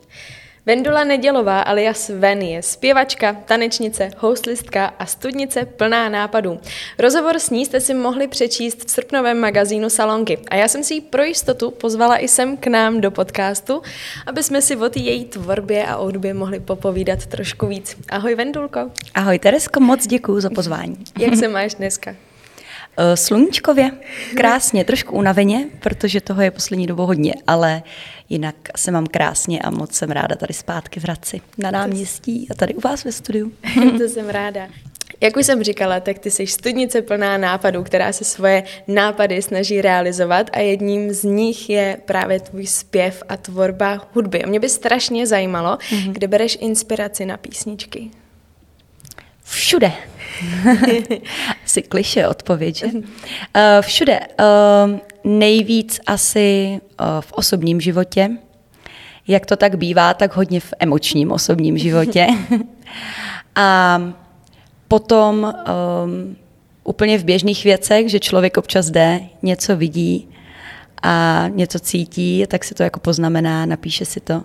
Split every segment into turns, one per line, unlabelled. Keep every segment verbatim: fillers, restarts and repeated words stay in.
Vendula Nedělová alias Ven je zpěvačka, tanečnice, hostlistka a studnice plná nápadů. Rozhovor s ní jste si mohli přečíst v srpnovém magazínu Salonky. A já jsem si ji pro jistotu pozvala i sem k nám do podcastu, aby jsme si o té její tvorbě a hudbě mohli popovídat trošku víc. Ahoj Vendulko.
Ahoj Teresko, moc děkuju za pozvání.
Jak se máš dneska?
Sluníčkově, krásně, trošku unaveně, protože toho je poslední dobou hodně, ale jinak se mám krásně a moc jsem ráda tady zpátky v Hradci na náměstí a tady u vás ve studiu.
To jsem ráda. Jak už jsem říkala, tak ty jsi studnice plná nápadů, která se svoje nápady snaží realizovat a jedním z nich je právě tvůj zpěv a tvorba hudby. A mě by strašně zajímalo, mm-hmm. kde bereš inspiraci na písničky.
Všude. Asi klišé odpověď, že? Uh, všude. Uh, nejvíc asi uh, v osobním životě. Jak to tak bývá, tak hodně v emočním osobním životě. A potom um, úplně v běžných věcech, že člověk občas jde, něco vidí a něco cítí, tak si to jako poznamená, napíše si to.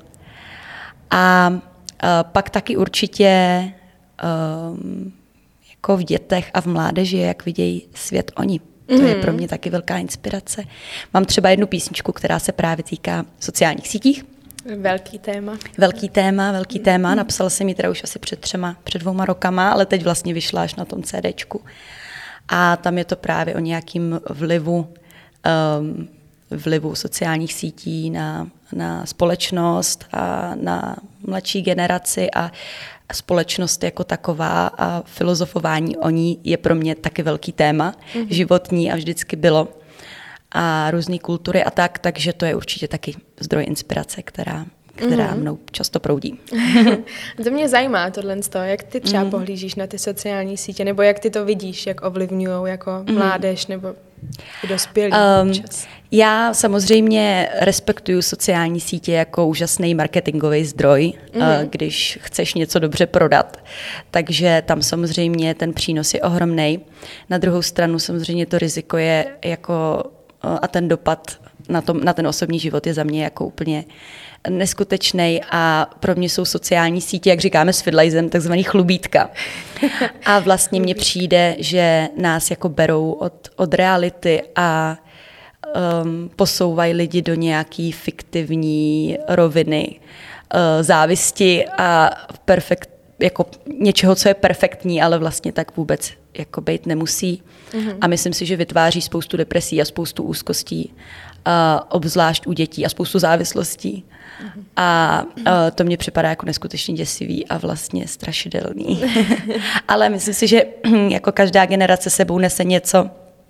A uh, pak taky určitě um, jako v dětech a v mládeži, jak vidějí svět oni. To mm. je pro mě taky velká inspirace. Mám třeba jednu písničku, která se právě týká sociálních sítích.
Velký téma.
Velký téma, velký téma. Napsala jsem ji teda už asi před třema, před dvouma rokama, ale teď vlastně vyšla až na tom CDčku. A tam je to právě o nějakým vlivu, um, vlivu sociálních sítí na, na společnost a na mladší generaci a společnost jako taková a filozofování o ní je pro mě taky velký téma, mm-hmm. životní a vždycky bylo. A různé kultury a tak, takže to je určitě taky zdroj inspirace, která, která mm-hmm. mnou často proudí.
To mě zajímá tohle, jak ty třeba mm-hmm. pohlížíš na ty sociální sítě, nebo jak ty to vidíš, jak ovlivňujou jako mm-hmm. mládež nebo dospělí um, čas.
Já samozřejmě respektuju sociální sítě jako úžasný marketingový zdroj, mm-hmm. když chceš něco dobře prodat. Takže tam samozřejmě ten přínos je ohromnej. Na druhou stranu samozřejmě to riziko je jako a ten dopad na, tom, na ten osobní život je za mě jako úplně neskutečnej a pro mě jsou sociální sítě, jak říkáme s Fidlajzem, takzvaný chlubítka. A vlastně mně přijde, že nás jako berou od, od reality a um, posouvají lidi do nějaký fiktivní roviny, uh, závisti a perfekt, jako něčeho, co je perfektní, ale vlastně tak vůbec jako být nemusí. Mm-hmm. A myslím si, že vytváří spoustu depresí a spoustu úzkostí, uh, obzvlášť u dětí a spoustu závislostí. Mm-hmm. A uh, to mně připadá jako neskutečně děsivý a vlastně strašidelný. Ale myslím si, že jako každá generace sebou nese něco,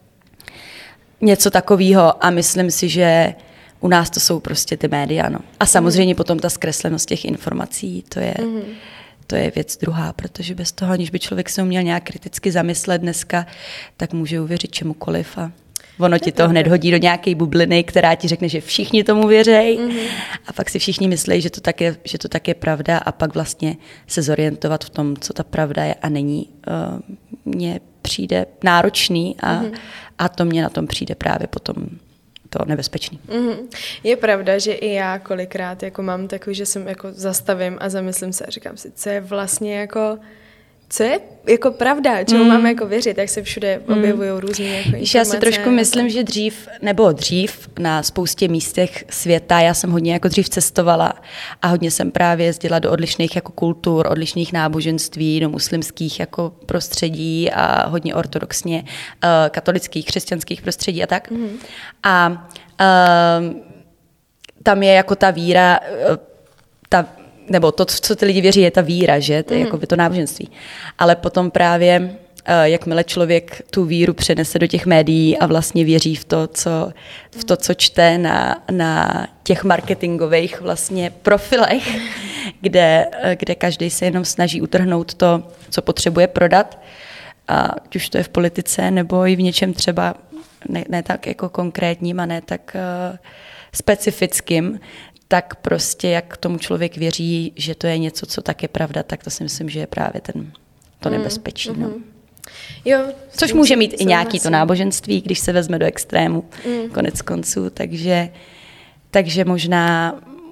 něco takového a myslím si, že u nás to jsou prostě ty média. No. A samozřejmě mm-hmm. potom ta zkreslenost těch informací, to je... Mm-hmm. To je věc druhá, protože bez toho, aniž by člověk se uměl nějak kriticky zamyslet dneska, tak může uvěřit čemukoliv a ono ti to hned hodí do nějaké bubliny, která ti řekne, že všichni tomu věřejí mm-hmm. a pak si všichni myslí, že to, tak je, že to tak je pravda a pak vlastně se zorientovat v tom, co ta pravda je a není, uh, mně přijde náročný a, mm-hmm. a to mě na tom přijde právě potom to nebezpečný.
Mm-hmm. Je pravda, že i já kolikrát jako mám takový, že jsem jako zastavím a zamyslím se a říkám si, co je vlastně jako, co je jako pravda, čemu mm. máme jako věřit, jak se všude objevují mm. různé jako informace.
Já si trošku myslím, že dřív, nebo dřív na spoustě místech světa, já jsem hodně jako dřív cestovala a hodně jsem právě jezdila do odlišných jako kultur, odlišných náboženství, do muslimských jako prostředí a hodně ortodoxně uh, katolických, křesťanských prostředí a tak. Mm. A uh, tam je jako ta víra, uh, ta nebo to, co ty lidi věří, je ta víra, že? To je mm. jako by to náboženství. Ale potom právě, jakmile člověk tu víru přenese do těch médií a vlastně věří v to, co, v to, co čte na, na těch marketingových vlastně profilech, kde, kde každý se jenom snaží utrhnout to, co potřebuje prodat, a už to je v politice, nebo i v něčem třeba ne, ne tak jako konkrétním a ne tak uh, specifickým, tak prostě jak tomu člověk věří, že to je něco, co tak je pravda, tak to si myslím, že je právě ten, to nebezpečí. Mm, no.
mm. Jo,
což může mít i nějaký to náboženství, když se vezme do extrému, mm. konec konců, takže, takže možná,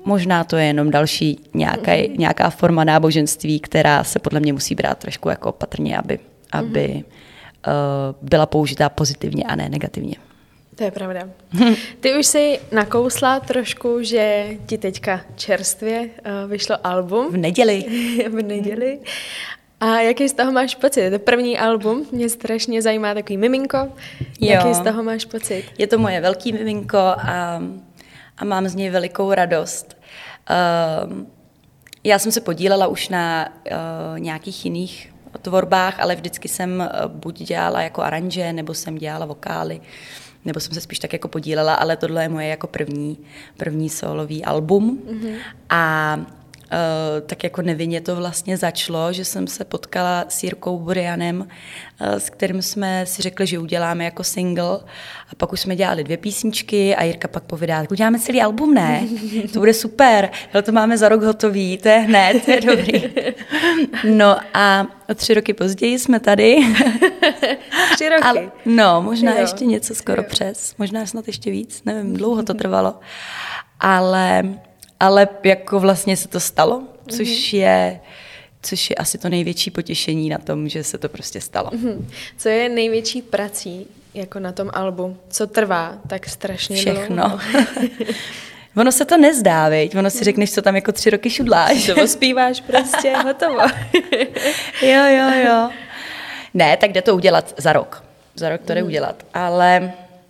možná to je jenom další nějaká, mm-hmm. nějaká forma náboženství, která se podle mě musí brát trošku jako opatrně, aby, aby mm-hmm. uh, byla použitá pozitivně a ne negativně.
To je pravda. Ty už jsi nakousla trošku, že ti teďka čerstvě uh, vyšlo album.
V neděli.
v neděli. A jaký z toho máš pocit? Je to první album, mě strašně zajímá takový miminko. Jo. Jaký z toho máš pocit?
Je to moje velký miminko a, a mám z něj velikou radost. Uh, já jsem se podílela už na uh, nějakých jiných tvorbách, ale vždycky jsem buď dělala jako aranže, nebo jsem dělala vokály, nebo jsem se spíš tak jako podílela, ale tohle je moje jako první, první solový album. Mm-hmm. A Uh, tak jako nevinně to vlastně začalo, že jsem se potkala s Jirkou Burianem, uh, s kterým jsme si řekli, že uděláme jako single a pak už jsme dělali dvě písničky a Jirka pak povídá, tak uděláme celý album, ne? To bude super, hele, to máme za rok hotový, to je hned, to je dobrý. No a o tři roky později jsme tady.
Tři roky?
Ale, no, možná
jo.
ještě něco skoro jo. přes, možná snad ještě víc, nevím, dlouho to trvalo, ale... Ale jako vlastně se to stalo, což mm-hmm. je, což je asi to největší potěšení na tom, že se to prostě stalo. Mm-hmm.
Co je největší prací jako na tom albu? Co trvá tak strašně
Všechno.
dlouho?
Ono se to nezdá, viď? Ono si řekneš, co tam jako tři roky šudláš.
To zpíváš prostě, hotovo.
jo, jo, jo. Ne, tak jde to udělat za rok. Za rok to jde mm. udělat, ale...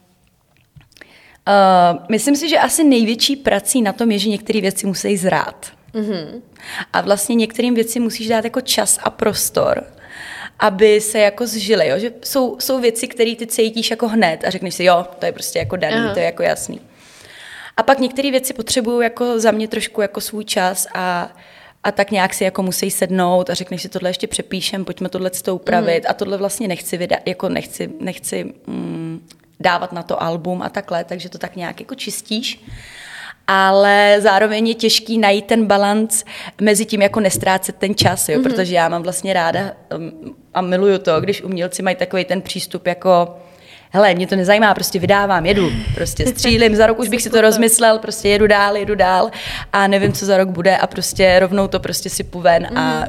Uh, myslím si, že asi největší prací na tom je, že některé věci musí zrát. Mm-hmm. A vlastně některým věcím musíš dát jako čas a prostor, aby se jako zžily. Jo? Že jsou, jsou věci, které ty cítíš jako hned a řekneš si, jo, to je prostě jako daný, Aha. to je jako jasný. A pak některé věci potřebují jako za mě trošku jako svůj čas a, a tak nějak si jako musí sednout a řekneš si, tohle ještě přepíšem, pojďme tohle to upravit mm. a tohle vlastně nechci vydat, jako nechci, nechci mm, dávat na to album a takhle, takže to tak nějak jako čistíš. Ale zároveň je těžký najít ten balanc mezi tím, jako nestrácet ten čas, jo? Mm-hmm. Protože já mám vlastně ráda um, a miluju to, když umělci mají takový ten přístup jako hele, mě to nezajímá, prostě vydávám, jedu, prostě střílím, za rok už bych si to rozmyslel, prostě jedu dál, jedu dál a nevím, co za rok bude a prostě rovnou to prostě sypu ven mm-hmm. a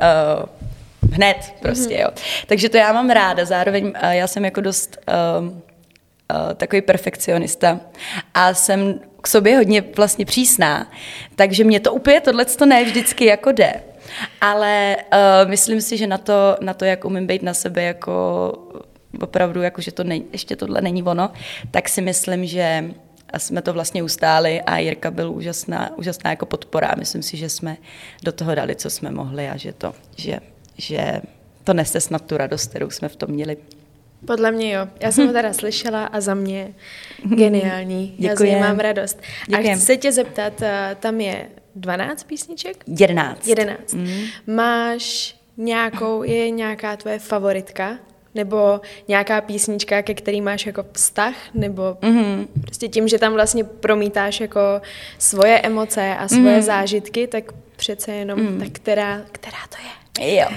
uh, hned prostě, mm-hmm. jo. Takže to já mám ráda, zároveň uh, já jsem jako dost uh, uh, takový perfekcionista a jsem k sobě hodně vlastně přísná, takže mě to úplně tohleto ne vždycky jako jde. Ale uh, myslím si, že na to, na to, jak umím být na sebe jako opravdu, jako, že to ne, ještě tohle není ono, tak si myslím, že jsme to vlastně ustáli a Jirka byl úžasná, úžasná jako podpora. Myslím si, že jsme do toho dali, co jsme mohli a že to, že, že to nese snad tu radost, kterou jsme v tom měli.
Podle mě jo. Já jsem ho teda slyšela a za mě geniální. Já z něj mám radost.
Děkujem.
A chci se tě zeptat, tam je dvanáct písniček?
Jedenáct.
Jedenáct. Mm. Máš nějakou, je nějaká tvoje favoritka? Nebo nějaká písnička, ke který máš jako vztah? Nebo mm-hmm. prostě tím, že tam vlastně promítáš jako svoje emoce a svoje mm. zážitky, tak přece jenom, mm. tak která, která to je?
Jo.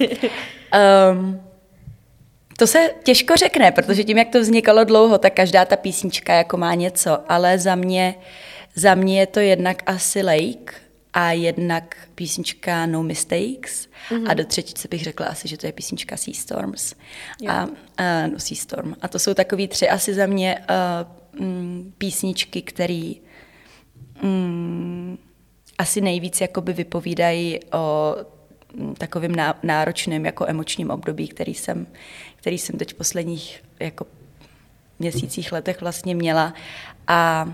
um. To se těžko řekne, protože tím, jak to vznikalo dlouho, tak každá ta písnička jako má něco, ale za mě, za mě je to jednak asi Lake a jednak písnička No Mistakes mm-hmm. a do třetice bych řekla asi, že to je písnička Sea Storms. A, uh, no, Sea Storm. A to jsou takový tři asi za mě uh, mm, písničky, které mm, asi nejvíc jakoby vypovídají o takovým náročným jako emočním období, který jsem, který jsem teď v posledních jako měsících, letech vlastně měla a,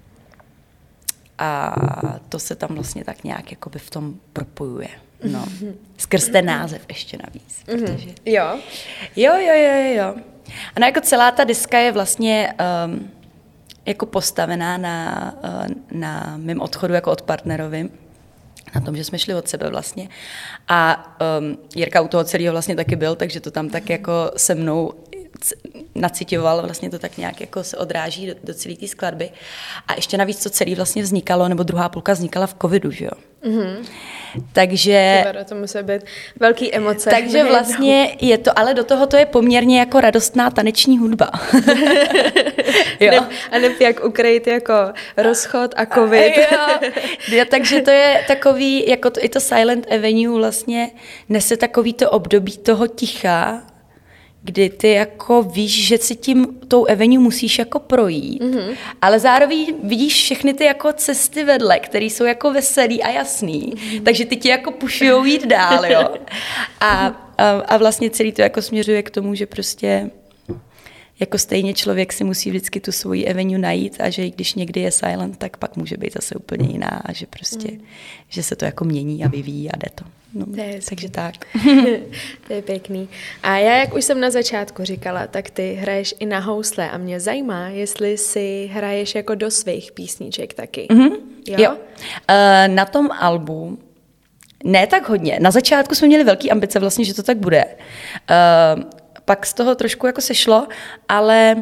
a to se tam vlastně tak nějak jakoby v tom propojuje. No. Skrz ten název ještě navíc. Protože...
Jo.
Jo, jo, jo, jo. A no jako celá ta deska je vlastně um, jako postavená na, uh, na mém odchodu jako od partnerovým. Na tom, že jsme šli od sebe vlastně. A um, Jirka u toho celého vlastně taky byl, takže to tam tak jako se mnou nacitoval, vlastně to tak nějak jako se odráží do, do celé té skladby. A ještě navíc to celé vlastně vznikalo, nebo druhá půlka vznikala v covidu, že jo. Mm-hmm. takže...
Tyvara, to musí být velký emoce.
Takže vlastně je to, ale do toho to je poměrně jako radostná taneční hudba.
Jo. Ne, a ne jak ukrejt jako rozchod a covid.
Jo. Takže to je takový, jako to, i to Silent Avenue vlastně nese takový to období toho ticha, kdy ty jako víš, že si tím tou Avenue musíš jako projít, mm-hmm. ale zároveň vidíš všechny ty jako cesty vedle, které jsou jako veselý a jasný, mm-hmm. takže ty ti jako pušujou jít dál, jo. A, a, a vlastně celý to jako směřuje k tomu, že prostě jako stejně člověk si musí vždycky tu svoji Avenue najít a že i když někdy je silent, tak pak může být zase úplně jiná a že prostě, mm. že se to jako mění a vyvíjí a jde to. No,
to je
takže tak.
To je pěkný. A já, jak už jsem na začátku říkala, tak ty hraješ i na housle a mě zajímá, jestli si hraješ jako do svých písniček taky.
Mm-hmm. Jo? Jo. Uh, na tom albu ne tak hodně. Na začátku jsme měli velký ambice vlastně, že to tak bude. Uh, pak z toho trošku jako sešlo, ale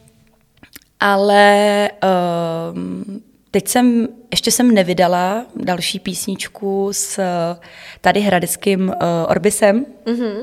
ale um, teď jsem, ještě jsem nevydala další písničku s tady hradeckým uh, Orbisem. Mm-hmm.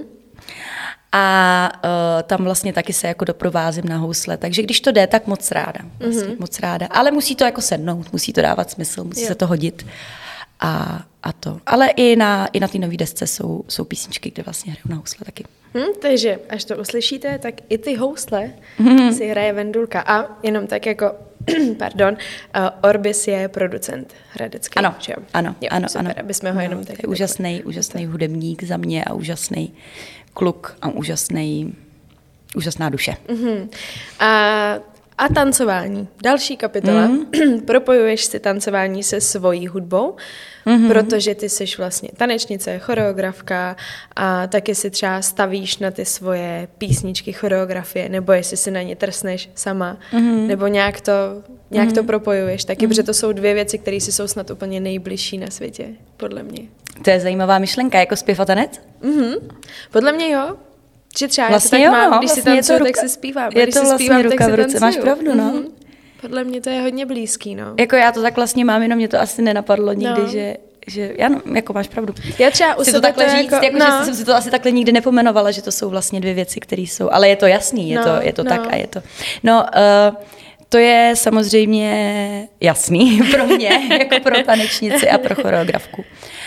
A uh, tam vlastně taky se jako doprovázím na housle. Takže když to jde, tak moc ráda. Vlastně, mm-hmm. moc ráda. Ale musí to jako sednout, musí to dávat smysl, musí jo. se to hodit. A, a to. Ale i na, i na té nové desce jsou, jsou písničky, kde vlastně hraju na housle taky.
Hmm, takže až to uslyšíte, tak i ty housle mm-hmm. si hraje Vendulka. A jenom tak jako, pardon, uh, Orbis je producent hradecký.
Ano,
že jo?
ano,
jo,
ano,
super,
ano.
aby jsme ho jenom
no,
tak...
Je úžasný, úžasný hudebník za mě a úžasný kluk a úžasný, úžasná duše.
Mm-hmm. A A tancování. Další kapitola. Mm-hmm. Propojuješ si tancování se svojí hudbou, mm-hmm. protože ty jsi vlastně tanečnice, choreografka a taky si třeba stavíš na ty svoje písničky, choreografie, nebo jestli si na ně trsneš sama, mm-hmm. nebo nějak to, nějak mm-hmm. to propojuješ taky, mm-hmm. protože to jsou dvě věci, které si jsou snad úplně nejbližší na světě, podle mě.
To je zajímavá myšlenka, jako zpěv a tanec?
Mm-hmm. Podle mě jo. Že třeba
vlastně
já
jo,
tak mám,
no,
když
vlastně
si tancuju,
ruka,
tak si zpívám.
Je
když
to
si
vlastně
zpívám,
ruka
tak
v ruce, máš pravdu, no. Mm-hmm.
Podle mě to je hodně blízký, no.
Jako já to tak vlastně mám, jenom mě to asi nenapadlo nikdy, no. že, že já no, jako máš pravdu.
Já třeba u
si
sebe
to takhle
to
říct,
jako,
jako,
no.
že jsem si to asi takhle nikdy nepomenovala, že to jsou vlastně dvě věci, které jsou, ale je to jasný, je
no,
to, je to
no.
tak a je to. No, uh, to je samozřejmě jasný pro mě, jako pro tanečnici a pro choreografku.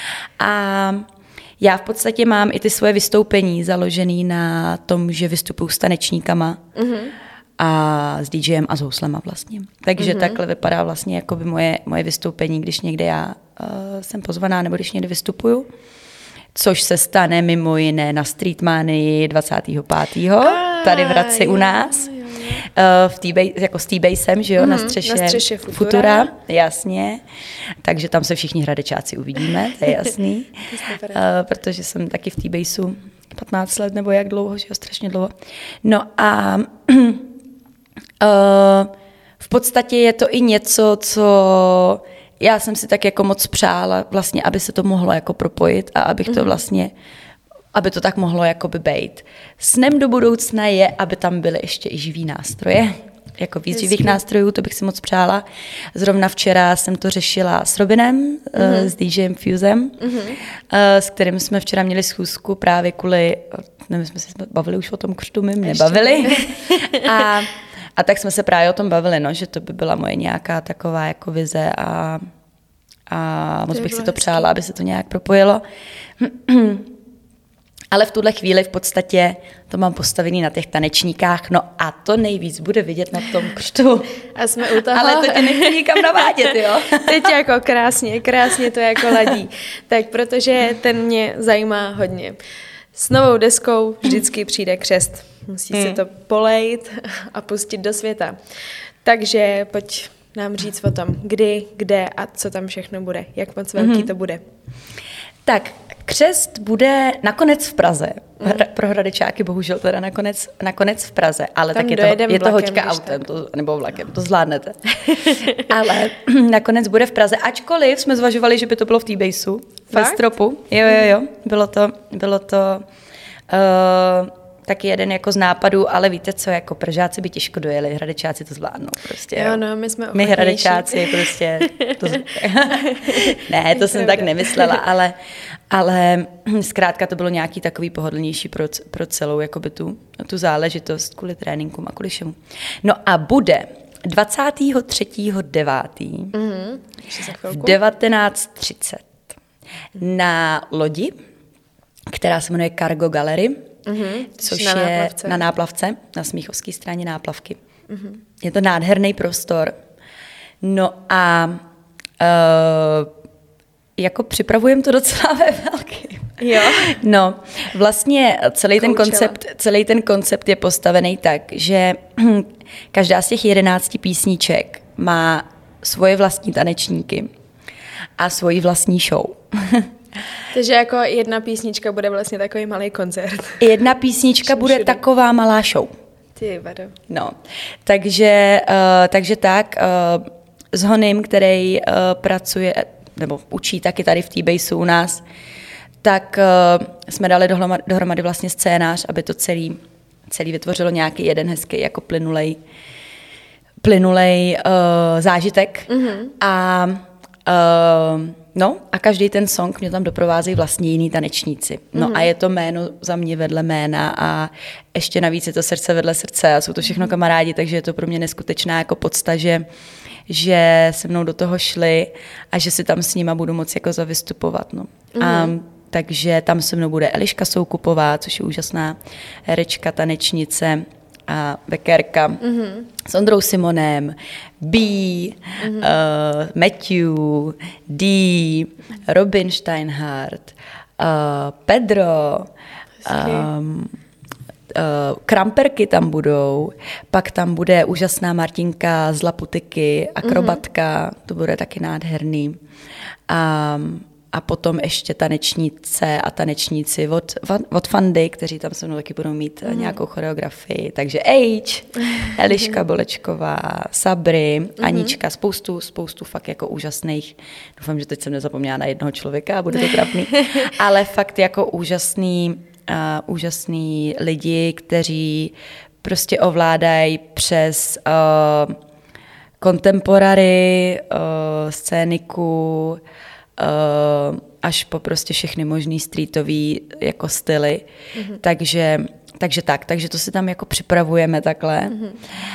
A já v podstatě mám i ty svoje vystoupení založený na tom, že vystupuju s tanečníkama mm-hmm. a s DJem a s houslema vlastně. Takže mm-hmm. takhle vypadá vlastně jakoby moje, moje vystoupení, když někde já uh, jsem pozvaná nebo když někde vystupuju. Což se stane mimo jiné na Streetmanii dvacátého pátého tady v Hradci u nás. Uh, v T-base, jako s T-basem, že jo, mm, na střeše,
na střeše Futura.
Futura, jasně. Takže tam se všichni hradečáci uvidíme, to je jasný. uh, protože jsem taky v T-baseu patnáct let, nebo jak dlouho, že jo, strašně dlouho. No a uh, v podstatě je to i něco, co já jsem si tak jako moc přála, vlastně, aby se to mohlo jako propojit a abych to vlastně aby to tak mohlo jakoby být. Snem do budoucna je, aby tam byly ještě i živý nástroje. Jako víc živých nástrojů, to bych si moc přála. Zrovna včera jsem to řešila s Robinem, mm-hmm. s DJem Fusem, mm-hmm. s kterým jsme včera měli schůzku právě kvůli, nevím, jsme se bavili už o tom křtu, my nebavili. a, a tak jsme se právě o tom bavili, no, že to by byla moje nějaká taková jako vize a, a moc bych si to přála, aby se to nějak propojilo. Ale v tuhle chvíli v podstatě to mám postavený na těch tanečníkách, no a to nejvíc bude vidět na tom křtu.
A jsme u toho.
Ale to tě nechci nikam navádět, jo.
Teď jako krásně, krásně to jako ladí. Tak protože ten mě zajímá hodně. S novou deskou vždycky přijde křest. Musí hmm. si to polejt a pustit do světa. Takže pojď nám říct o tom, kdy, kde a co tam všechno bude. Jak moc velký hmm. to bude.
Tak, křest bude nakonec v Praze. Mm. Pro hradečáky bohužel teda nakonec, nakonec v Praze, ale
tam
tak je to, je to hoďka autem, to, nebo vlakem, to zvládnete. Ale nakonec bude v Praze, ačkoliv jsme zvažovali, že by to bylo v T-baseu, ve stropu. Jo, jo, jo, bylo to, bylo to uh, taky jeden jako z nápadů, ale víte co, jako Pražáci by těžko dojeli, Hradečáci to zvládnou prostě.
Jo, no, my jsme
My Hradečáci prostě, to, ne, to jsem tak nemyslela, ale, ale zkrátka to bylo nějaký takový pohodlnější pro, pro celou jakoby tu, tu záležitost kvůli tréninkům a kvůli všemu. No a bude dvacátého třetího devátého
Mm-hmm.
v devatenáct třicet na lodi, která se jmenuje Cargo Gallery, mm-hmm. což
na
je
náplavce.
na náplavce, na Smíchovské straně náplavky. Mm-hmm. Je to nádherný prostor. No a uh, jako připravujeme to docela ve velkým.
Jo.
No, vlastně celý ten,
Koučela.
koncept, celý ten koncept je postavený tak, že každá z těch jedenácti písniček má svoje vlastní tanečníky a svoji vlastní show.
Takže jako jedna písnička bude vlastně takový malý koncert.
Jedna písnička
Všem
bude
všude.
taková malá show.
Ty vado.
No, takže, uh, takže tak, uh, s Honym, který uh, pracuje, nebo učí taky tady v T-Baseu u nás, tak uh, jsme dali dohromady, dohromady vlastně scénář, aby to celý, celý vytvořilo nějaký jeden hezký jako plynulej, plynulej uh, zážitek. Mm-hmm. A uh, no a každý ten song mě tam doprovázejí vlastně jiný tanečníci. No mm-hmm. a je to jméno za mě vedle jména a ještě navíc je to srdce vedle srdce a jsou to všechno kamarádi, takže je to pro mě neskutečná jako podsta, že, že se mnou do toho šli a že si tam s nima budu moci jako zavystupovat. No. Mm-hmm. A takže tam se mnou bude Eliška Soukupová, což je úžasná herečka, tanečnice a bekerka, mm-hmm. s Ondrou Simonem, B, mm-hmm. uh, Matthew, D, Robin Steinhardt, uh, Pedro, um, uh, Kramperky tam budou, pak tam bude úžasná Martinka z Laputiky, akrobatka, mm-hmm. to bude taky nádherný. Um, A potom ještě tanečnice a tanečníci od, od Fandy, kteří tam se mnou taky budou mít mm. nějakou choreografii. Takže H, Eliška Bolečková, Sabry, mm-hmm. Anička, spoustu, spoustu fakt jako úžasných. Doufám, že teď jsem nezapomněla na jednoho člověka a bude to trapný. Ale fakt jako úžasný, uh, úžasný lidi, kteří prostě ovládají přes uh, contemporary, uh, scéniku, Uh, až po prostě všechny možný streetový jako styly. Mm-hmm. Takže, takže tak, takže to si tam jako připravujeme takhle. Mm-hmm.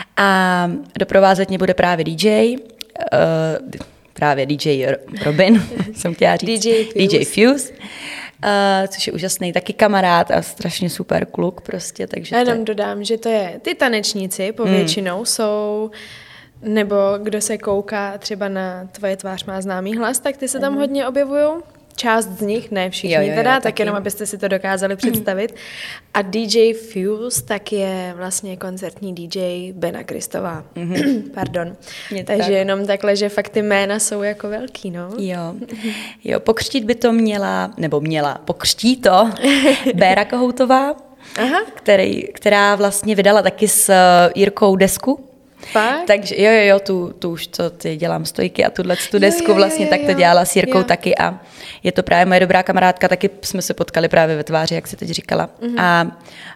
A doprovázet mě bude právě D J, uh, právě D J Robin, jsem chtěla říct.
D J Fuse.
D J Fuse. Uh, což je úžasný, taky kamarád a strašně super kluk prostě. Takže
a jenom
to...
dodám, že to je, ty tanečníci povětšinou mm. jsou, nebo kdo se kouká třeba na Tvoje tvář má známý hlas, tak ty se tam mm. hodně objevujou. Část z nich, ne všichni
jo, jo, jo,
teda, tak
taky.
jenom abyste si to dokázali představit. A D J Fuse tak je vlastně koncertní D J Bena Kristová. Mm-hmm. Pardon.
Je
Takže
tak.
jenom takhle, že fakt ty jména jsou jako velký, no.
Jo, jo, pokřtít by to měla, nebo měla, pokřtí to Béra Kohoutová,
Aha.
který, která vlastně vydala taky s Jirkou desku.
Fakt?
Takže jo, jo, jo, tu, tu už co ty dělám stojky a tuhle tu desku
jo, jo,
vlastně
jo,
tak to
jo.
dělala s Jirkou
Jo.
taky a je to právě moje dobrá kamarádka, taky jsme se potkali právě ve tváři, jak jsi teď říkala. Mm-hmm. A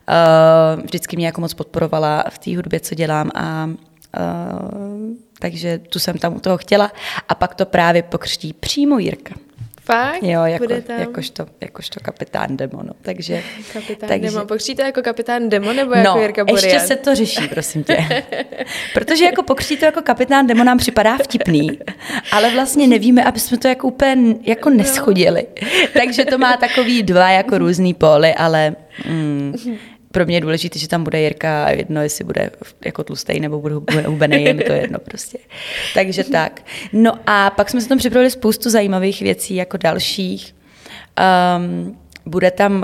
uh, vždycky mě jako moc podporovala v té hudbě, co dělám a uh, takže tu jsem tam u toho chtěla a pak to právě pokřtí přímo Jirka.
Fakt?
Jo, jako,
Bude tam?
jakožto, jakožto kapitán Demo, no. Takže,
Kapitán
takže,
Demo. Pokřtíte jako kapitán Demo nebo jako
no,
Jirka Borian?
ještě se to řeší, prosím tě. Protože jako pokřtít to jako kapitán Demo nám připadá vtipný, ale vlastně nevíme, aby jsme to jako úplně jako neschodili. Takže to má takový dva jako různý póly, ale mm, pro mě je důležité, že tam bude Jirka a jedno, jestli bude jako tlustej nebo bude hubenej, je mi to jedno prostě. Takže tak. No a pak jsme se tam připravili spoustu zajímavých věcí jako dalších. Um, bude tam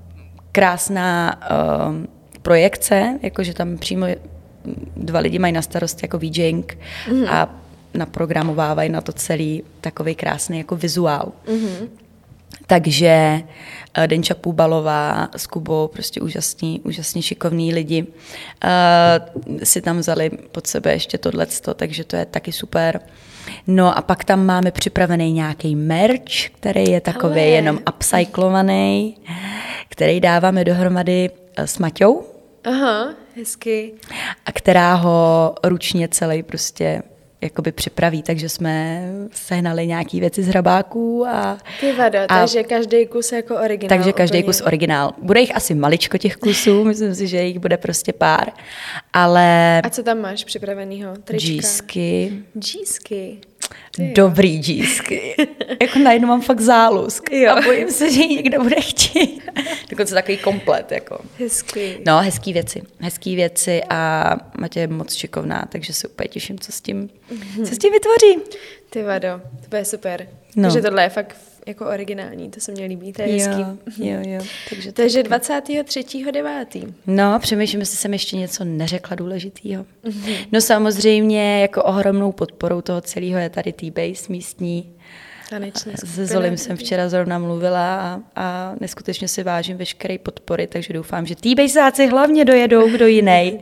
krásná um, projekce, jakože tam přímo dva lidi mají na starost jako VJing mm. a naprogramovávají na to celý takový krásný jako vizuál. Mm. Takže Denča Půbalová s Kubou, prostě úžasní, úžasně šikovní lidi, uh, si tam vzali pod sebe ještě tohleto, takže to je taky super. No a pak tam máme připravený nějaký merch, který je takový
Ale.
jenom upcyclovaný, který dáváme dohromady s Maťou.
Aha, hezky.
A která ho ručně celý prostě jakoby připraví, takže jsme sehnali nějaký věci z hrabáků a...
Ty vado, a, takže každý kus jako originál.
Takže každý
úplně.
kus originál. Bude jich asi maličko těch kusů, myslím si, že jich bude prostě pár, ale...
A co tam máš připravenýho? Trička?
Džísky.
Džísky.
Dobrý džísky. Jako najednou mám fakt zálusk. Jo. A bojím se, že ji někdo bude chtít. Dokonce takový komplet. Jako.
Hezký.
No, hezký věci. Hezký věci a Matě je moc šikovná, takže se úplně těším, co s tím, mm-hmm. co s tím vytvoří.
Ty vado, to bude super.
No.
Takže tohle je fakt jako originální, to se mně líbí, to je hezký.
Jo, jo, jo. Takže,
takže dvacátého třetího devátého
No, přemýšlím, jestli jsem ještě něco neřekla důležitýho. Mm-hmm. No samozřejmě jako ohromnou podporou toho celého je tady T-Base místní.
Taneční skupina.
Se Zolim jsem včera zrovna mluvila a, a neskutečně si vážím veškeré podpory, takže doufám, že T-Baseáci hlavně dojedou, kdo jiný,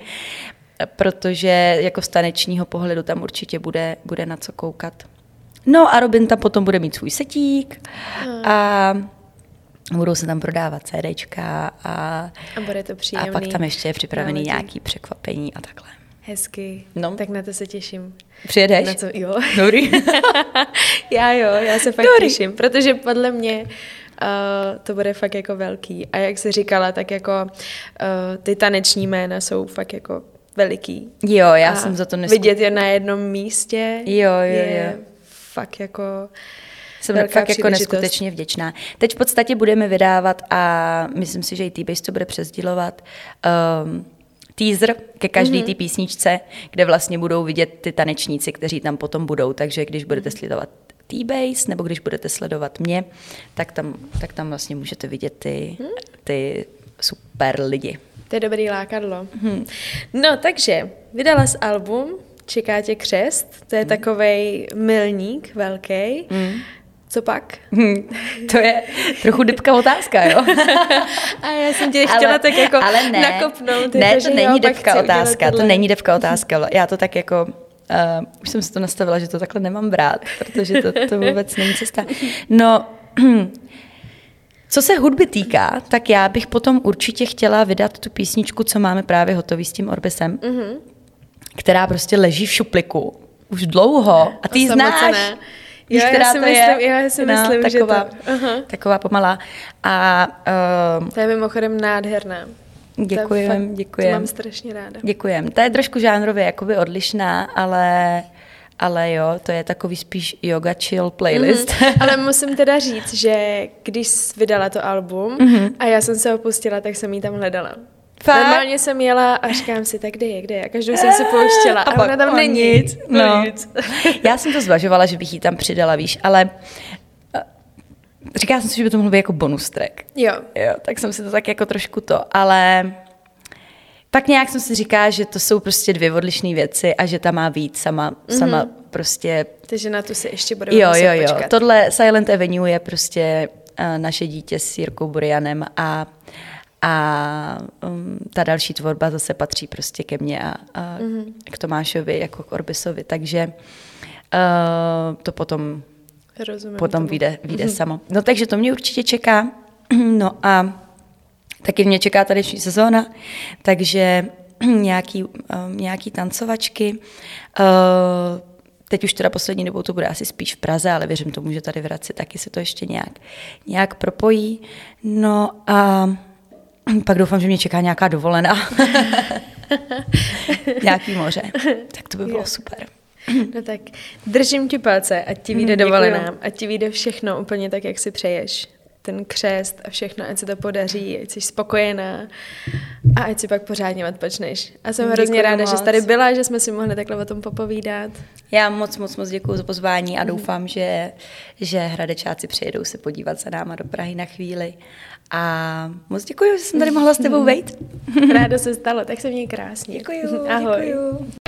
protože jako z tanečního pohledu tam určitě bude, bude na co koukat. No a Robin tam potom bude mít svůj setík a budou se tam prodávat CDčka a,
a bude to příjemný.
A pak tam ještě je připravený
náletí.
Nějaký překvapení a takhle.
Hezky.
No.
Tak na to se těším.
Přijedeš?
Na to, jo.
Dobrý.
já jo, já se fakt
Dobrý.
těším, protože podle mě uh, to bude fakt jako velký. A jak jsi říkala, tak jako uh, ty taneční jména jsou fakt jako veliký.
Jo, já
a
jsem za to nesku...
vidět je na jednom místě
jo, jo,
je
jo.
fakt jako
Jsem fakt jako neskutečně vděčná. Teď v podstatě budeme vydávat a myslím si, že i T-Base to bude přesdělovat um, teaser ke každé mm-hmm. té písničce, kde vlastně budou vidět ty tanečníci, kteří tam potom budou. Takže když budete sledovat T-Base nebo když budete sledovat mě, tak tam, tak tam vlastně můžete vidět ty, ty super lidi.
To je dobrý lákadlo. Hmm. No, takže vydala jsi album, čeká tě křest, to je hmm. takovej milník velký. Hmm. Co pak?
Hmm. To je trochu dybká otázka, jo?
A já jsem tě chtěla ale, tak jako ale ne, nakopnout.
Ne,
jako,
to není dybká otázka, to není dybká otázka. Já to tak jako, uh, už jsem si to nastavila, že to takhle nemám brát, protože to, to vůbec není cesta. No, co se hudby týká, tak já bych potom určitě chtěla vydat tu písničku, co máme právě hotový s tím Orbisem, mm-hmm. která prostě leží v šupliku už dlouho a ty ji znáš.
Jo, já si myslím, já si myslím,
no,
že
taková,
to... Uh-huh.
Taková pomalá. A, uh,
to je mimochodem nádherná.
Děkujem, děkujem.
To mám strašně ráda.
Děkujem. Ta je trošku žánrově jakoby odlišná, ale... Ale jo, to je takový spíš yoga chill playlist.
Mm-hmm. Ale musím teda říct, že když jsi vydala to album mm-hmm. a já jsem se ho pustila, tak jsem ji tam hledala. Fakt? Normálně jsem jela a říkám si, tak kde je, kde je? A každou jsem si pouštěla a, a ona tam není nic.
No. nic. Já jsem to zvažovala, že bych ji tam přidala, víš, ale říkala jsem si, že by to mohlo být jako bonus track.
Jo.
Jo, tak jsem si to tak jako trošku to, ale... Pak nějak jsem si říká, že to jsou prostě dvě odlišné věci a že ta má víc sama, mm-hmm. sama prostě...
Takže na to si ještě budeme
jo,
muset
jo, jo.
počkat.
Tohle Silent Avenue je prostě uh, naše dítě s Jirkou Burianem a, a um, ta další tvorba zase patří prostě ke mně a, a mm-hmm. k Tomášovi jako k Orbisovi, takže uh, to potom, potom vyjde, vyjde mm-hmm. samo. No takže to mě určitě čeká. No a taky mě čeká taneční sezóna, takže nějaký, um, nějaký tancovačky. Uh, teď už teda poslední dobou to bude asi spíš v Praze, ale věřím tomu, že tady v Hradci taky se to ještě nějak, nějak propojí. No a pak doufám, že mě čeká nějaká dovolená. Nějaký moře. Tak to by bylo jo. super.
No tak držím ti palce, ať ti vyjde dovolená, ať ti vyjde všechno úplně tak, jak si přeješ. Ten křest a všechno, ať se to podaří, ať jsi spokojená a ať si pak pořádně odpočneš. A jsem hrozně
děkuji
ráda,
moc.
že jsi tady byla, že jsme si mohli takhle o tom popovídat.
Já moc, moc, moc děkuji za pozvání a doufám, že, že Hradečáci přijedou se podívat za náma do Prahy na chvíli. A moc děkuji, že jsem tady mohla s tebou vejít.
Ráda se stalo, tak se měj krásně.
Děkuji.
Ahoj.
Děkuju.